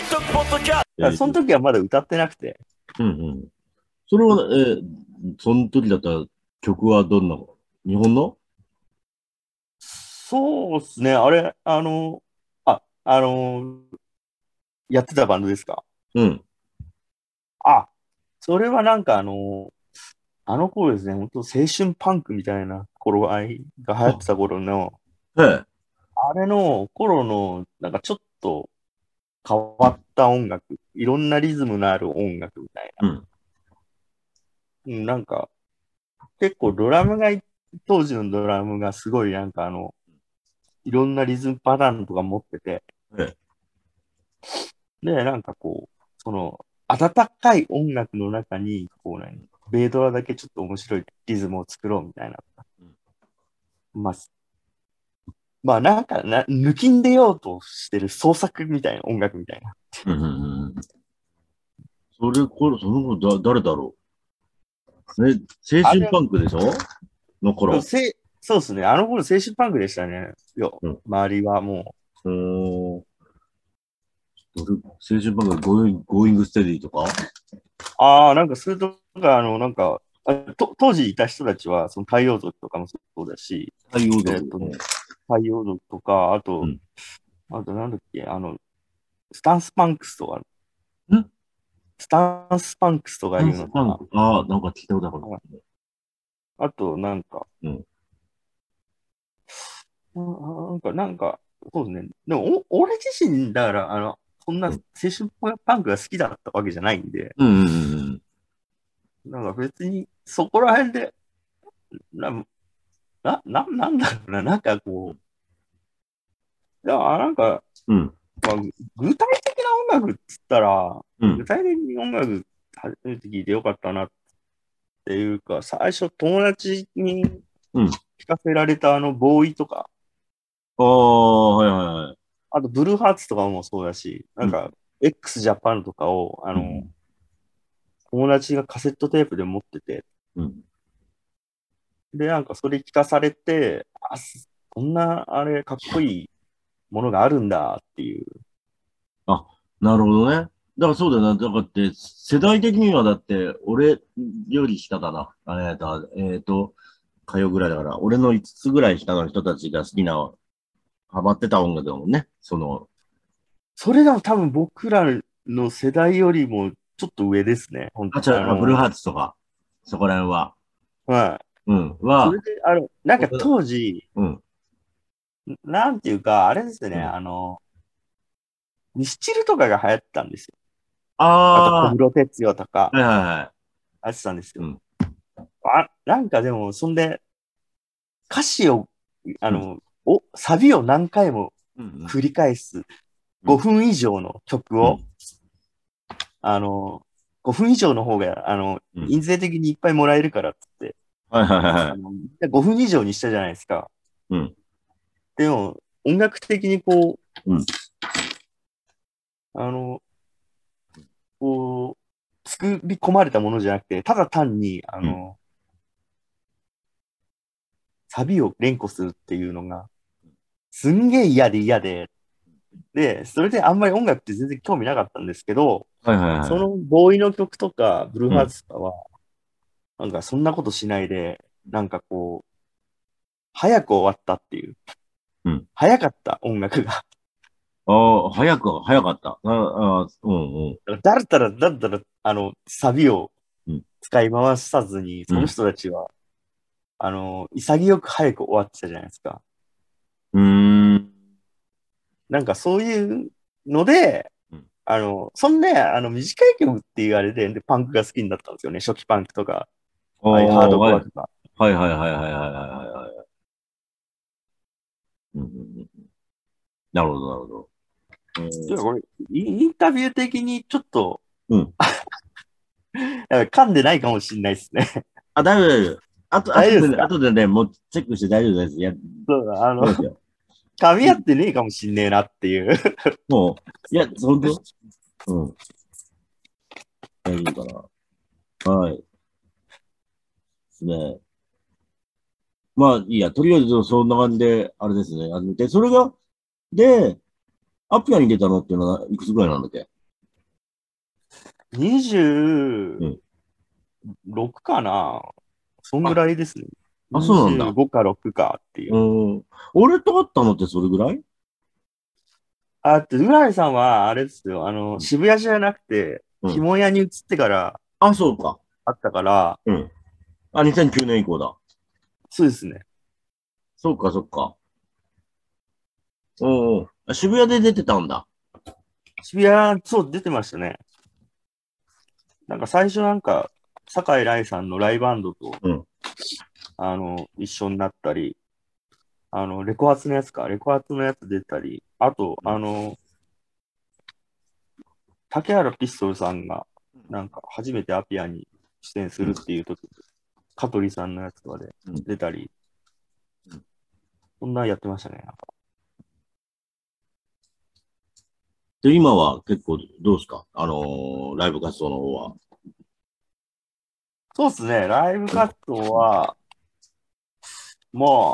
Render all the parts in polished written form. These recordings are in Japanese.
その時はまだ歌ってなくて。 うんうん。それは、その時だったら曲はどんな、日本の？ そうですね。あれ、やってたバンドですか？ うん。 あ、それはなんかあの頃ですね、本当青春パンクみたいな頃合いが流行ってた頃の、 へえ。 あれの頃の、なんかちょっと変わった音楽、いろんなリズムのある音楽みたいうん。 な。なんか、結構ドラムが、当時のドラムがすごいなんかいろんなリズムパターンとか持ってて、 へえ。 で、なんかこう、温かい音楽の中に、こうね、ベイドラだけちょっと面白いリズムを作ろうみたいな。まあ、なんか抜きんでようとしてる創作みたいな音楽みたいな。 うんうんうん。その子誰だろう。青春あれ、 パンクでしょの頃。 そうですね。あの頃青春パンクでしたね。 うん。 周りはも青春パンク、ゴーイングステディとか？ う。なんかそれとか、なんか、当時いた人たちは、その太陽族とかもそうだし、 太陽族。 えっとね、太陽族とか、 うん。 あとなんだっけ、スタンスパンクスとか、 うん。 スタンスパンクスとかダンいうのとか、 スパンク。ああ、なんか聞いたことある。 あとなんか、 うん。 なんか、そうですね。でも、俺自身、だから、そんな青うん。 春パンクが好きだったわけじゃないんで、 うんうんうんうん。 なんか別に、そこら辺で、な、なんだろうな、なんかこう、なんか、 うん。 まあ、具体的な音楽っつったら、 うん。 具体的に音楽初めて聞いてよかったなっていうか、最初友達にうん。 聞かせられたボーイとか、 ああ、はいはいはい。 あとブルーハーツとかもそうだし、なうん。 んか、x ジャパンとかを、 うん。 友達がカセットテープで持ってて、 うん。 で、なんかそれ聞かされて、こんな、あれ、かっこいいものがあるんだっていう。 あ、なるほどね。だからそうだよな。だからって、世代的にはだって、俺より下だな。歌謡ぐらいだから、俺の5つぐらい下の人たちが好きな、ハマってた音楽だもんね。 それが多分僕らの世代よりもちょっと上ですね。 ブルーハーツとか、そこら辺は。 はい。 うん。 それで、なんか俺当時、 うん。 なんていうか、あれですね、 うん。 ミスチルとかが流行ってたんですよ。あと小あ室哲哉とか、 あ、はいはいはい。 流行ってたんですよ。 うん。 なんかでも、そんで、歌詞を、 うん。 サビを何回もうん。 繰り返すうん。 5分以上の曲を、 うん。 あの、5分以上の方が、 うん。 印税的にいっぱいもらえるからっつって、 はいはいはいはい。 5分以上にしたじゃないですか。 うん。 でも、音楽的にこうん。 う、こ作り込まれたものじゃなくて、ただ単に、 うん。 サビを連呼するっていうのが、すんげえ嫌で嫌で、で、それであんまり音楽って全然興味なかったんですけど、 はいはいそのはい。 ボーイの曲とか、ブルーハーうん。 ツとかは、なんかそんなことしないで、なんかこう、早く終わったっていう、 うん。 早かった音楽が。 ああ、早かった。うんうん。 だったら、サビをうん。 使い回さずに、そのうん。 人たちは、潔く早く終わってたじゃないですか。 うーん。 なんかそういうので、 うん。 そんで、短い曲っていうあれで、パンクが好きになったんですよね。初期パンクとか、 ああ、 ああいうハードはい。 コアとか。 はいはいはいはいはいはいはいはい。うんうんうん。なるほどなるほど。 ちょっとこれ、インタビュー的にちょっと、 うん。 噛んでないかもしれないですね。 あ、大丈夫大丈夫。 大丈夫ですか？ 後でね、もうチェックして大丈夫です。 そうだ、 そうですよ。 噛み合ってねえかもしんねえなっていう。 もう、いや、本当うん。大丈夫かな。はい。ですね。まあ、いいや。とりあえず、そんな感じで、あれですね。で、それが、で、 アピアに出たのっていうのはいくつぐらいなんだっけ？ 26かな。そんぐらいですね。 あ、そうなんだ。 25か6かっていう。 俺と会ったのってそれぐらい？ うららさんは、あれですよ、渋谷じゃなくて、 うん。 紐屋に移ってからあ、そうか。 あったから、 うん。あ、2009年以降だ。 そうですね。 そうか、そうか。うんうん。渋谷で出てたんだ。 渋谷、そう、出てましたね。なんか最初なんか、酒井来さんのライブバンドと、 うん。 一緒になったり、レコ発のやつか、レコ発のやつ出たり、あと、竹原ピストルさんが、なんか初めてアピアに出演するっていう時、香取さんのやつとかで出たり、そんなんやってましたね。 で、今は結構どうですか？ライブ活動の方は。 そうですね、ライブ活動は、ま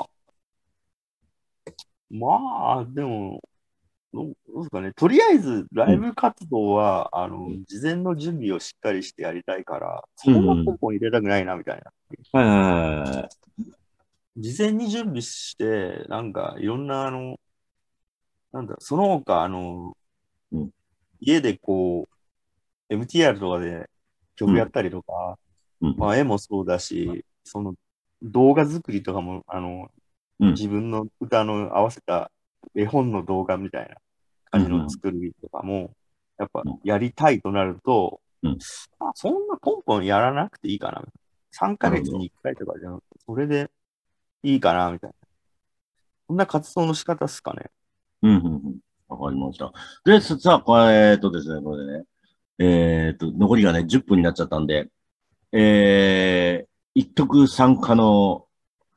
でも、どうですかね。とりあえず、ライうん。 ブ活動は、事前の準備をしっかりしてやりたいから、 うんそんなうん。 ポンポン入れたくないな、みたいな。 はいはいはい。 事前に準備して、なんか、いろんな、その他、 うん。 家でこう、MTR とかでうん。 曲やったりとか、 うん。 まあ、絵もそうだし、その動画作りとかも、 うん。 自分の歌の合わせた絵本の動画みたいなうん。 感じのうん。 作りとかも、やっぱやりたいとなると、 うん。 そんなポンポンやらなくていいかな。3ヶ月になるほど。 1回とかじゃなくて、それでいいかな、みたいな。そんな活動の仕方っすかね。 うん。うん。うん。わかりました。で、さあ、ですね、これでね。残りがね、10分になっちゃったんで、一徳参加の、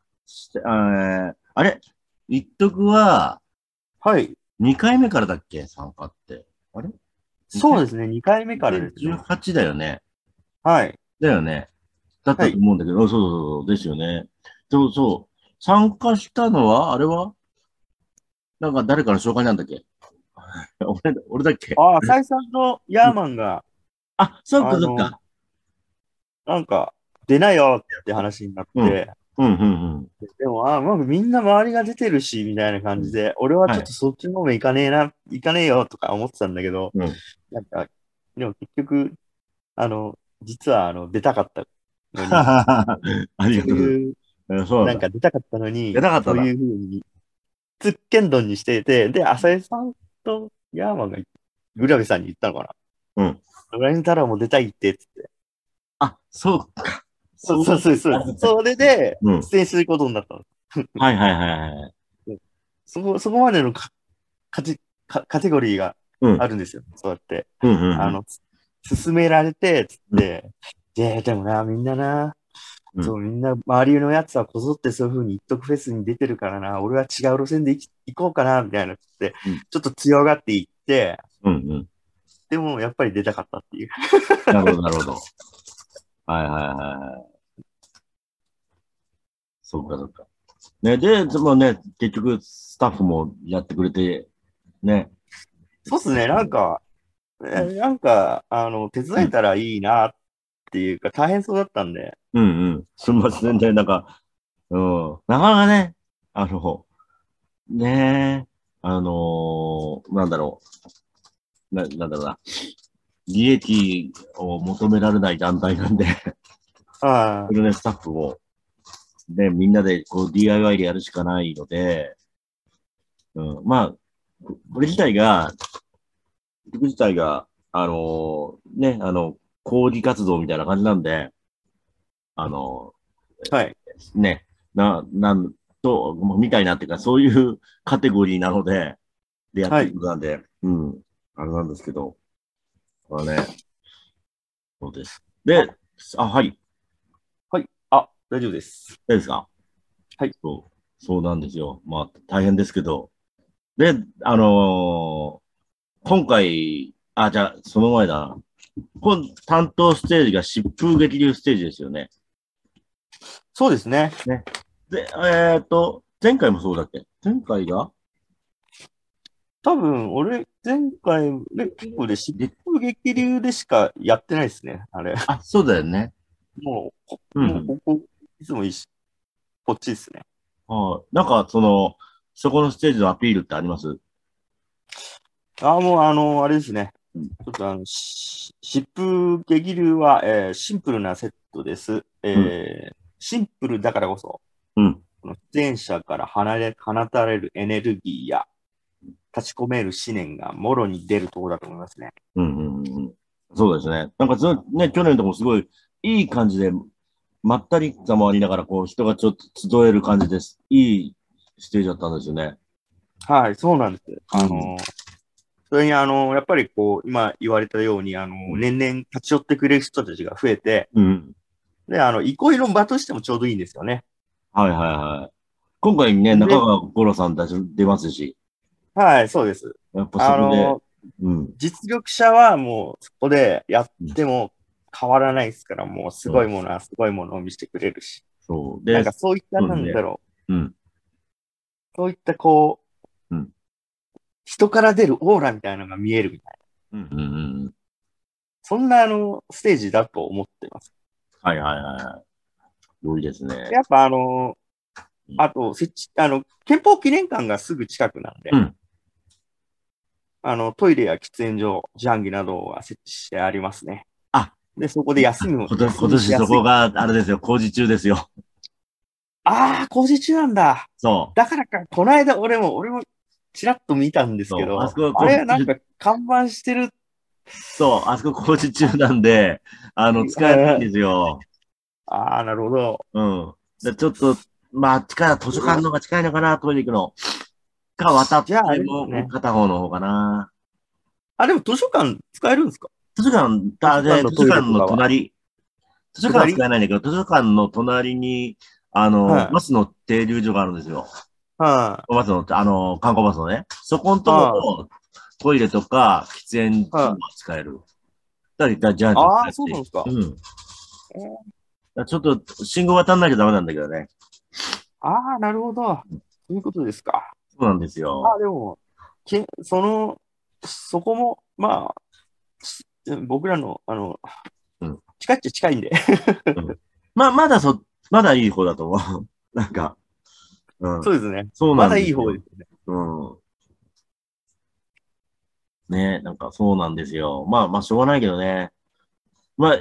あれ一徳ははい。 2回目からだっけ参加って。あれそうですね。2回目からですね。 ?2018 だよね。 はい。 だよね。だったとはい。 思うんだけど、そうそうそう、ですよね。そうそう。参加したのは、あれはなんか誰から紹介なんだっけ？俺だっけ？ ああ、サイさんとヤーうん。 マンが、 あ、そっかあの、 そっか。 なんか、出なよって話になっうん。 て、 うん、うん、うん。 でも、みんな周りが出てるし、みたいなうん。 感じで、俺はちょっとはい。 そっちの方面行かねえよとか思ってたんだけど、 うん。 なんか、でも結局、実は出たかったのに、 ありがとうございそういう、 ます。そうなんだ。 なんか出たかったの出に、そうなかったんだ。 いうふうに、つっけんどんにしていて、で、浅井さんとヤーマンが、グラビさんに言ったのかな。 うん。 ラインタラーも出たいって、つって。 あ、そうか。 そうそう。 そうそうそう。それで、 うん。 出演することになったの。 はいはいはいはい。 そこまでのカテゴリーがうん。 あるんですよ。そうやって。 うん、うん、うん。 あの、勧められて、つっうん。 て、でもな、みんなな、 うん。 そう、みんな周りのやつはこぞってそういう風に一徳フェスに出てるからな、俺は違う路線で行こうかな、みたいなって、 うん。 ちょっと強がっていって、 うん。うん。 でもやっぱり出たかったっていう。 なるほど、なるほど。はいはいはいはい。そうか、そうか。ね、で、もうね、結局、スタッフもやってくれて、ね。 そうっすね、 うん。 手うん。 伝えたらいいなっていうか、大変そうだったんで、 うん。うん。すみませんね。なんか、うん。なかなかね、あの、ね、なんだろなんだろうな。利益を求められない団体なんで、 あそれね、スタッフを、ね、みんなでこう DIY でやるしかないので、うん、まあ、これ自体が、曲自体が、抗議活動みたいな感じなんで、あのはい。 ね、なんと、みたいなっていうか、そういうカテゴリーなので、でやってるはい。 ことなんで、うん、あれなんですけど、これね、そうです。 あ、 で、はい、 はい。あ、大丈夫です。 いいですか？ はい。 そうなんですよ。まあ、大変ですけど。で、あの今回、じゃあ、その前だな。担当ステージが疾風激流ステージですよね。 そうですね。 ね。で、前回もそうだっけ？前回が多分、俺、前回、結構で、疾風激流でしかやってないですね、あれ。 あ、そうだよね。 もう、 うんうん。 いつもこっちですね。 なんか、そこのステージのアピールってあります？ もう、あれですね。 うん。 ちょっと疾風激流は、シンプルなセットです。 うん。 シンプルだからこそ、 うん。 この出演者から放たれるエネルギーや、立ち込める思念がもろに出るところだと思いますね。 うん。うん。うん。そうですね。なんかね、去年ともすごいいい感じで、まったりさもありながら、こう、人がちょっと集える感じです。いいステージだったんですよね。 はい、そうなんです。 うん。 それにやっぱりこう、今言われたように、 うん。 年々立ち寄ってくれる人たちが増えて、 うん。 で、憩いの場としてもちょうどいいんですよね。 はいはいはい。今回ね、中で、 川五郎さんたち出ますし、 はい、そうです。 やっぱそあこで、 の、 うん。 実力者はもうそこでやっうん。 ても変わらないですから、もうすそう。 ごいものはすごいものを見せてくれるし。 そう。 なんで、 かそういった、 そうね。うん。 そういったこう、 うん。 人から出るオーラみたいなのが見えるみたいな。 うん。うん。うん。 そんなステージだと思ってます。 はいはいはいはい。良いですね。 やっぱうん。 あと、憲法記念館がすぐ近くなんで、 うん。 トイレや喫煙所、自販機などは設置してありますね。 あ、 で、そこで休今年そみしやすい。 こが、あれですよ、工事中ですよ。 ああ、工事中なんだ。 そう。 だからか、この間俺もちらっと見たんですけそう。あそど、 こあれなんか工事中、 看板してる。 そう。あそこ工事中あ、 なんで、使えないんですよ。 なるほど。 うん。で、ちょっと、まあ、図書館の方が近いのかな、トイレ行くの。か、渡っじゃああてもうれですね。 片方の方かな。 でも図書館使えるんですか？ 図書図書館のトイレ館のとかは。 図書館は使下り。 えないんだけど、図書館の隣に、 はい。 バスの停留所があるんですよ。 はい。 バスの、観光バスのね。そこのとこはい。 ろ、トイレとか喫煙所ははい。 使える。じゃんと使ああ、 えるし。 そうなんですか。 うん。ちょっと、信号渡んなきゃダメなんだけどね。 なるほど。そういうことですか。 そうなんですよ。 でも、そこも、まあ、僕らの、 うん。 近いっちゃ近いんで。 うん。まあ、まだいい方だと思う。なんか、うん。 そうですね。 そうなまだいいんですよ。 方ですね。 うん。ね、なんかそうなんですよ。まあまあ、しょうがないけどね。まあ、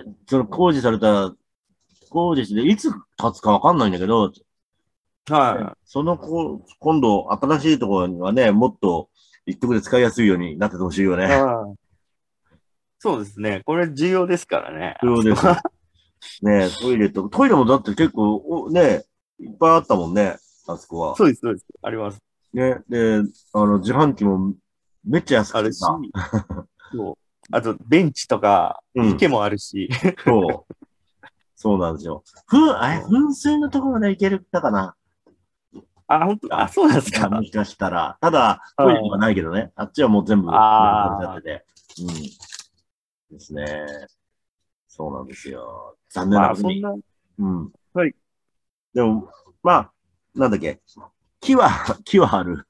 工事していつ経つかわかんないんだけど、ね、 はい。 今度、新しいところにはね、もっと一曲で使いやすいようになっててほしいよね。 ああ、そうですね。これ重要ですからね。 そうです。 あそこは。 ね、トイレもだって結構、ね、いっぱいあったもんね、あそこは。 そうです、そうです。あります。 ね、で、自販機もめっちゃ安くあるてさ。 し、そう。あと、ベンチとか、 うん、 池もあるし。 そう、そうなんですよ。 そう噴水のところまで行けるかな。 本当、 あ、 そうなんですか。 もしかしたら。ただ、トイレにははい。 ないけどね。あっちはもう全部、されちゃっああ、 てて。うん。ですね。そうなんですよ。残念なまあ、 ことに。 そんな、 うん。 はい。 でも、まあ、なんだっけ。木はある。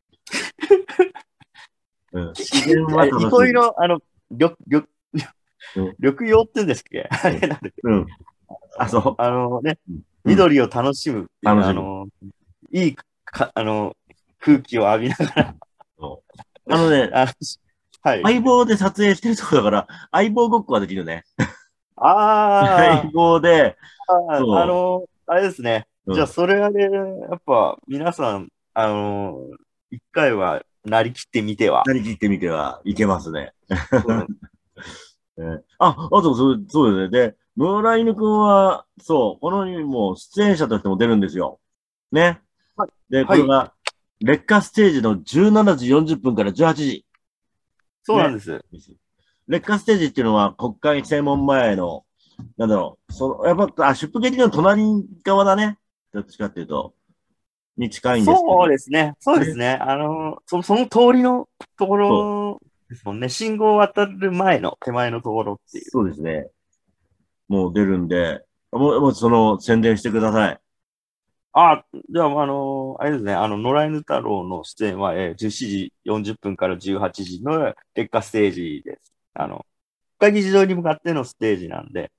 うん。自然は楽しい。 憩いの、緑、緑、 うん。 緑葉って言うんですっけ？あうん。 れなんだっけ？ うん。あ、そね、 う。うん。 緑を楽しむっていう、 楽しむ。 いいか、空気を浴びながら、 そう。あのね、 あの、はい。 相棒で撮影してるとこだから、相棒ごっこができるね。相あ棒で、そあれですね。 う。 じゃあ、 うん。 それはね、やっぱ、皆さん、一回は、なりきってみては。 なりきってみてはいけますね。 うん。 あと、そうですね。で、村犬くんは、そう、このにも出演者としても出るんですよ。ね。 はい。 で、 はい。 これが、劣化ステージの17時40分から18時。ね。 そうなんです。 劣化ステージっていうのは国会正門前の、なんだろう、やっぱ、出発劇の隣側だね。どっちかっていうと、に近いんですけど。 そうですね。そうですね。 ね。その通りのとこそう。 ろですもんね。信号を渡る前の手前のところっていう。 そうですね。もう出るんで、もうその宣伝してください。 じゃあ、あれですね、野良犬太郎の出演は、17時40分から18時の結果ステージです。国会議事堂に向かってのステージなんで、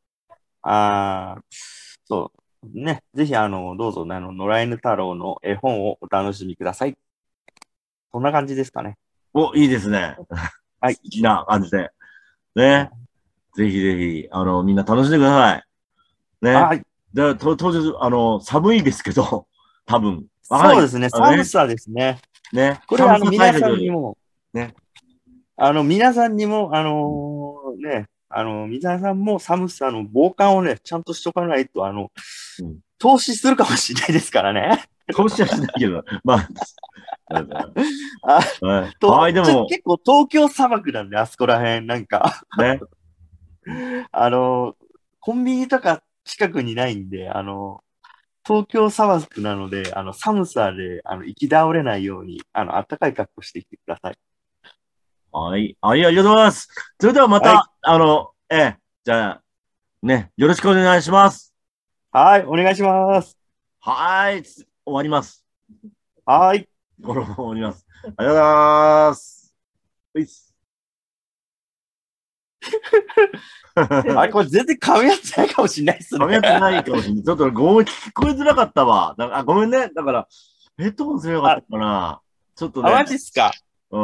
そうね、ぜひ、どうぞ、野良犬太郎の絵本をお楽しみください。そんな感じですかね。 お、いいですね。 はい。 素敵な感じで。ね。ぜひぜひ、みんな楽しんでください。ね。 はい。 で、当日、寒いですけど、多分。 そうですね、寒ね。 さですね。 ね。 これ、 寒さ対皆さんに策。 も、 ね。 皆さんにも、皆さんも寒さの防寒をね、ちゃんとしとかないと、 うん、 投資するかもしれないですからね。 投資はしないけど、まあ、 あはい。はい、でも、 結構東京砂漠なんで、あそこら辺、なんか、 ね。 あの、コンビニとか近くにないんで、東京砂漠なので、寒さで、行き倒れないように、暖かい格好してきてください。 はい。はい、ありがとうございます。それではまはい。 た、じゃあ、ね、よろしくお願いします。 はい、お願いします。 はい。終わります。 はい。 これも終わります。ありがとうございます。ういっす。 これ全然噛み合ってないかもしれないですね。 噛み合ってないかもしれない。ちょっとごめん、聞こえづらかったわ。ごめんね。だから、ヘッドホンすればよかったかな。ちょっとね。 マジっすか。